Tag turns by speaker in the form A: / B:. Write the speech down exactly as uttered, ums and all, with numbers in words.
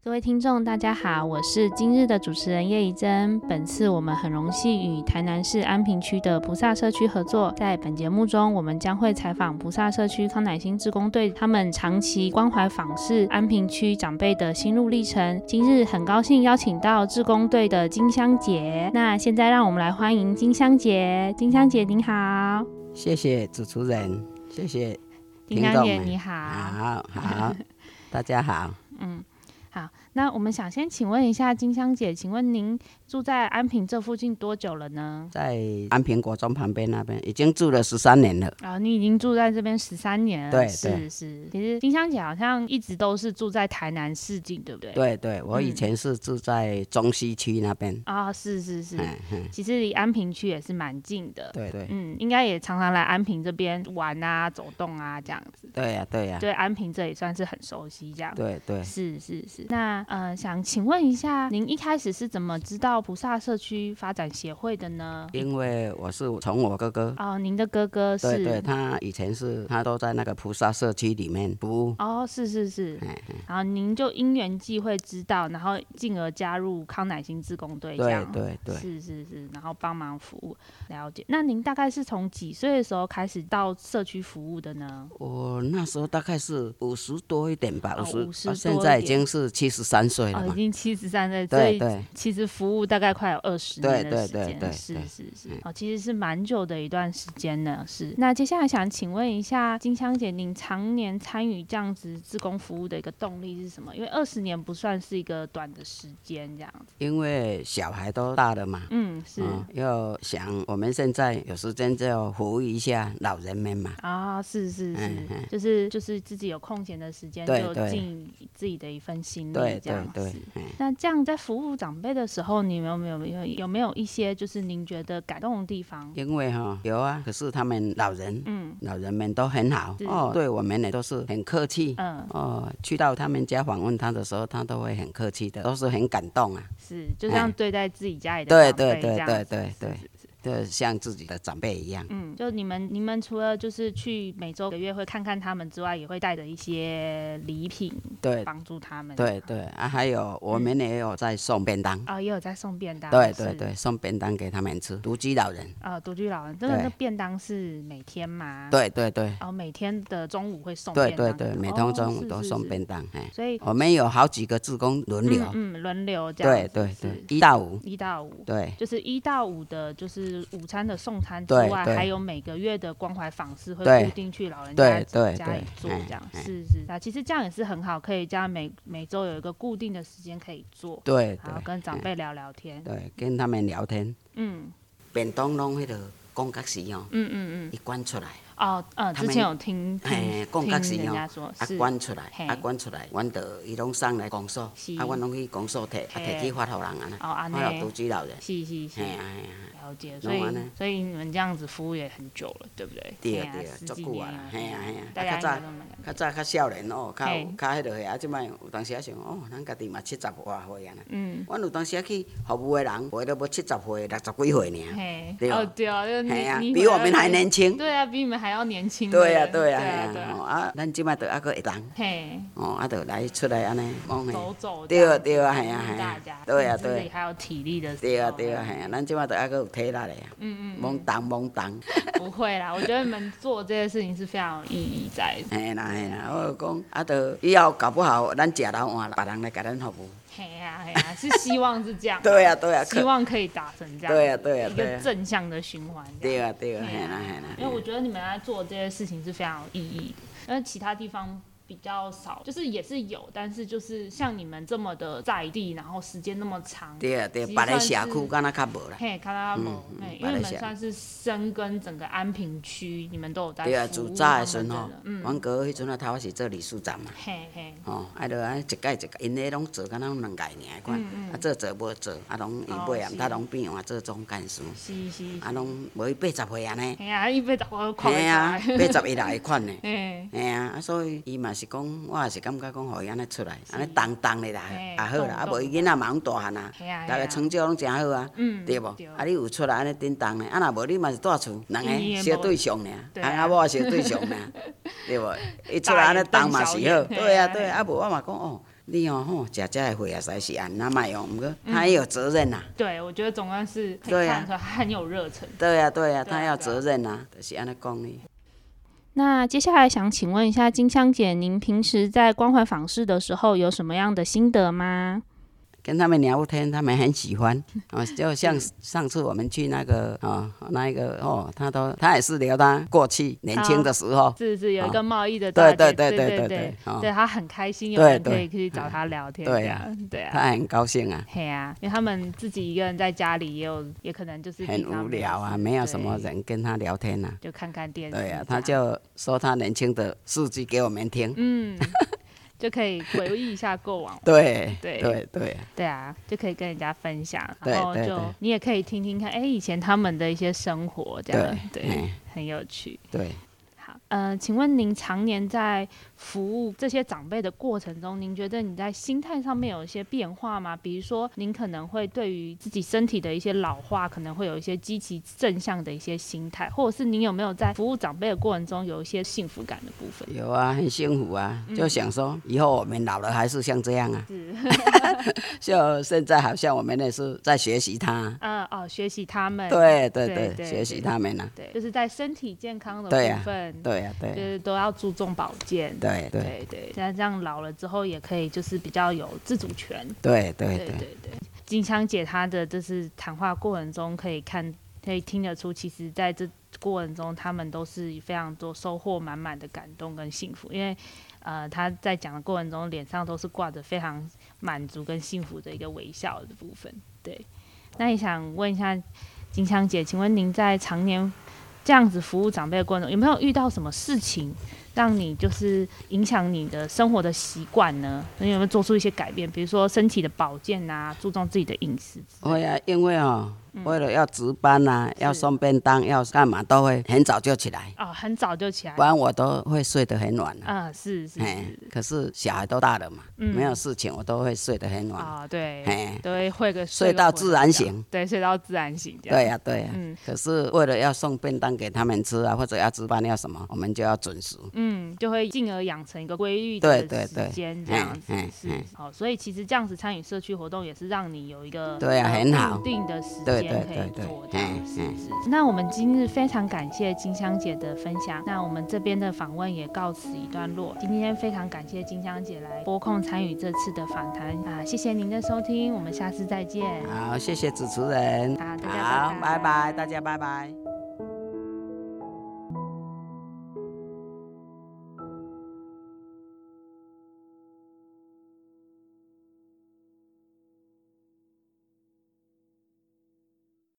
A: 各位听众大家好，我是今日的主持人叶怡珍。本次我们很荣幸与台南市安平区的菩萨社区合作，在本节目中我们将会采访菩萨社区康乃馨志工队他们长期关怀访视安平区长辈的心路历程。今日很高兴邀请到志工队的金香姐，那现在让我们来欢迎金香姐。金香姐您好。
B: 谢谢主持人，谢谢
A: 金香姐你好。
B: 好好大家好。
A: 嗯，好，那我们想先请问一下金香姐，请问您住在安平这附近多久了呢？
B: 在安平国中旁边那边，已经住了十三年了。
A: 啊、哦，你已经住在这边十三年了。
B: 对
A: 是
B: 对
A: 是。其实金香姐好像一直都是住在台南市境，对不对？
B: 对对，我以前是住在中西区那边。
A: 啊、嗯哦，是是是。
B: 嗯嗯、
A: 其实离安平区也是蛮近的。
B: 对对。
A: 嗯，应该也常常来安平这边玩啊、走动啊这样子。
B: 对呀、啊、对呀、啊。
A: 对安平这也算是很熟悉这样。
B: 对对。
A: 是是是。那呃，想请问一下，您一开始是怎么知道菩萨社区发展协会的呢？
B: 因为我是从我哥哥。
A: 哦，您的哥哥是。
B: 对对，他以前是他都在那个菩萨社区里面服务。
A: 哦，是是是。
B: 嗯嗯、
A: 然后您就因缘际会知道，然后进而加入康乃馨志工队这样。
B: 对对对。
A: 是是是，然后帮忙服务。了解。那您大概是从几岁的时候开始到社区服务的呢？
B: 我那时候大概是五十多一点吧，
A: 五十多，
B: 现在已经是七十三岁了嘛。
A: 哦，已经七十三岁，
B: 对对。
A: 其实服务大概快有二十年的时间。
B: 对对对对。
A: 是是是。哦，其实是蛮久的一段时间呢。是。那接下来想请问一下金香姐，您常年参与这样子志工服务的一个动力是什么？因为二十年不算是一个短的时间，这样子。
B: 因为小孩都大了嘛。
A: 嗯，是。
B: 哦、要想我们现在有时间就要服务一下老人们嘛。
A: 啊、哦，是是是，嗯、就是就是自己有空闲的时间就尽自己的一份心力，这样子。对对对。那这样在服务长辈的时候，你有没有有有没有一些就是您觉得感动的地方？
B: 因为哈、哦、有啊，可是他们老人，嗯，老人们都很好哦，对我们也都是很客气，嗯，哦，去到他们家访问他的时候，他都会很客气的，都是很感动啊。
A: 是，就像对待自己家里的长辈这样子。
B: 对对对对对对。就像自己的长辈一样。
A: 嗯，就你们你们除了就是去每周个月会看看他们之外，也会带着一些礼品，对，帮助他们。
B: 对对啊，还有我们也有在送便当。
A: 啊、嗯哦，也有在送便当。
B: 对对对，送便当给他们吃。独居老人。
A: 啊、呃，独居老人，这个那便当是每天吗？
B: 对对对。
A: 哦，每天的中午会送便当。
B: 对对对，每天中午都送便当。哦、
A: 是是是所以
B: 我们有好几个志工轮流。
A: 嗯，轮、嗯、流这样子。
B: 对对对，一到五。
A: 一到五。
B: 对。
A: 就是一到五的，就是午餐的送餐之外，还有每个月的关怀访视会固定去老人家家里做这样。是是啊，其实这样也是很好，可以这样每每周有一个固定的时间可以做。
B: 对。
A: 然后跟长辈聊聊天。
B: 对，跟他们聊天。嗯。便当拢迄个讲角时哦。嗯嗯嗯。一关出来。
A: 哦，嗯，之前有听听听人家说，
B: 啊，关出来，啊，关出来，阮就伊拢送来公所，啊，阮拢去公所摕，啊，摕去发互人安尼，发互独居老人。
A: 是是是。了解，所以所以你们这样子服务也很久了，对不对？
B: 对啊对啊，足久啊，嘿啊嘿啊。啊，较早较早较少年哦，较较迄落岁啊，即摆有当时啊想哦，咱家己嘛七十外岁啊呢。嗯。阮有当时啊去服务的人，活到要七十岁、六十几岁呢。
A: 嘿。哦对啊，
B: 嘿啊，比我们还年轻。
A: 对啊，比你们还要年轻。
B: 对啊对啊嘿啊，啊，咱即摆就还佫会当。嘿。哦，啊，就来出来安尼，
A: 走走。
B: 对啊对啊，嘿啊嘿啊。对啊对。
A: 自己还有体力的时候。
B: 对啊对啊，嘿啊，咱即摆就还佫有体力的啊。嗯嗯。猛当猛当。
A: 不会啦，我觉得你们做这些事情是非常有意义在的。
B: 嘿啦嘿啦，我就讲，啊，就以后搞不好咱食老晏，别人来给咱服务。
A: 嘿呀嘿呀，是希望是这样。
B: 对啊对啊。
A: 希望可以达成这样。
B: 对啊对啊。
A: 一个正向的循环。
B: 对啊对啊，嘿啦嘿啦。
A: 因为我觉得你们在做这些事情是非常有意义的，因为其他地方比较少，就是也是有，但是就是像你们这么的在地，然后时间那么长。
B: 对啊对啊，别的社区敢若较无啦。
A: 嘿，较较无，嘿，因为你们算是深耕整个安平区，你们都有在服务。
B: 对啊，自早的时阵吼，阮哥迄阵啊，头是做理事长嘛。嘿嘿。吼，啊，就安尼一届一届，因咧拢做，敢若两届尔款，啊做做无做，啊拢伊尾啊，毋他拢变换做总干事。是是。啊拢无伊八十岁安尼。
A: 嘿啊，伊八十岁看。
B: 嘿啊，八十以内款呢。嘿。嘿啊，啊所以伊嘛是讲，我也是感觉讲，互伊安尼出来，安尼当当的啦，也好啦。啊，无伊囡仔嘛拢大汉啊，大家成就拢真好啊，对无？啊，你有出来安尼叮当的，啊，若无你嘛是住厝，两个小对象尔，翁仔某小对象尔，对无？伊出来安尼当嘛是好，对啊对啊。啊无我嘛讲哦， 你哦吼，食这个会啊，实是按那卖用，不过他也有责任呐、啊
A: 嗯。对，我觉得总干事可以看出来他很有热忱。
B: 对呀、啊、对呀、啊，他要责任呐、啊，就是安尼讲哩。
A: 那接下来想请问一下金香姐，您平时在关怀访视的时候有什么样的心得吗？
B: 跟他们聊天，他们很喜欢哦，就像上次我们去那个哦，那一个哦，他都他也是聊他过去年轻的时候，
A: 哦、是是有一个贸易的
B: 大
A: 姐，
B: 对对对
A: 对对对，
B: 哦、
A: 对他很开心，有人可以去找他聊天，
B: 对呀、啊，
A: 对啊，
B: 他很高兴啊，
A: 对啊，因为他们自己一个人在家里也有，也可能就是
B: 很无聊啊，没有什么人跟他聊天啊，
A: 就看看电视，
B: 对呀、啊，他就说他年轻的事迹给我们听，
A: 嗯。就可以回忆一下过往，
B: 对
A: 对
B: 对对
A: 对啊，就可以跟人家分享，
B: 对
A: 然后就
B: 对对
A: 你也可以听听看，哎、欸，以前他们的一些生活，这样对，对很有趣。
B: 对，
A: 好，呃，请问您常年在服务这些长辈的过程中，您觉得你在心态上面有一些变化吗？比如说，您可能会对于自己身体的一些老化，可能会有一些积极正向的一些心态，或者是您有没有在服务长辈的过程中有一些幸福感的部分？
B: 有啊，很幸福啊，就想说以后我们老了还是像这样啊。
A: 是，
B: 就现在好像我们也是在学习他。
A: 呃哦，学习他们。
B: 对对
A: 对,
B: 对,
A: 对, 对，
B: 学习他们啊。
A: 对，就是在身体健康的部分。
B: 对呀、啊，对、啊。
A: 就是都要注重保健。
B: 对对
A: 对对，现在这样老了之后也可以就是比较有自主权。
B: 对对对
A: 对对对。金香姐她的就是谈话过程中可以看可以听得出，其实在这过程中他们都是非常多收获满满的感动跟幸福，因为呃她在讲的过程中脸上都是挂着非常满足跟幸福的一个微笑的部分。对，那也想问一下金香姐，请问您在常年这样子服务长辈的过程中，有没有遇到什么事情让你就是影响你的生活的习惯呢？你有没有做出一些改变？比如说身体的保健啊，注重自己的饮食？
B: 会啊，因为哦，嗯、为了要值班啊，要送便当，要干嘛都会很早就起来。
A: 哦，很早就起来，
B: 不然我都会睡得很晚
A: 啊。嗯，是是是。
B: 可是小孩都大了嘛，嗯、没有事情我都会睡得很晚。
A: 啊、哦，对，都会会个
B: 睡到自然醒。
A: 对，睡到自然醒。
B: 对呀、啊、对呀、啊。嗯。可是为了要送便当给他们吃啊，或者要值班要什么，我们就要准时。
A: 嗯，就会进而养成一个规律的时间，这样子是好、哦。所以其实这样子参与社区活动，也是让你有一个
B: 对啊很好
A: 固定的时间可以做这样子。是。那我们今日非常感谢金香姐的分享，那我们这边的访问也告辞一段落。今天非常感谢金香姐来拨空参与这次的访谈啊，谢谢您的收听，我们下次再见。
B: 好，谢谢主持人。
A: 好，大家拜拜，
B: 好，拜拜，大家拜拜。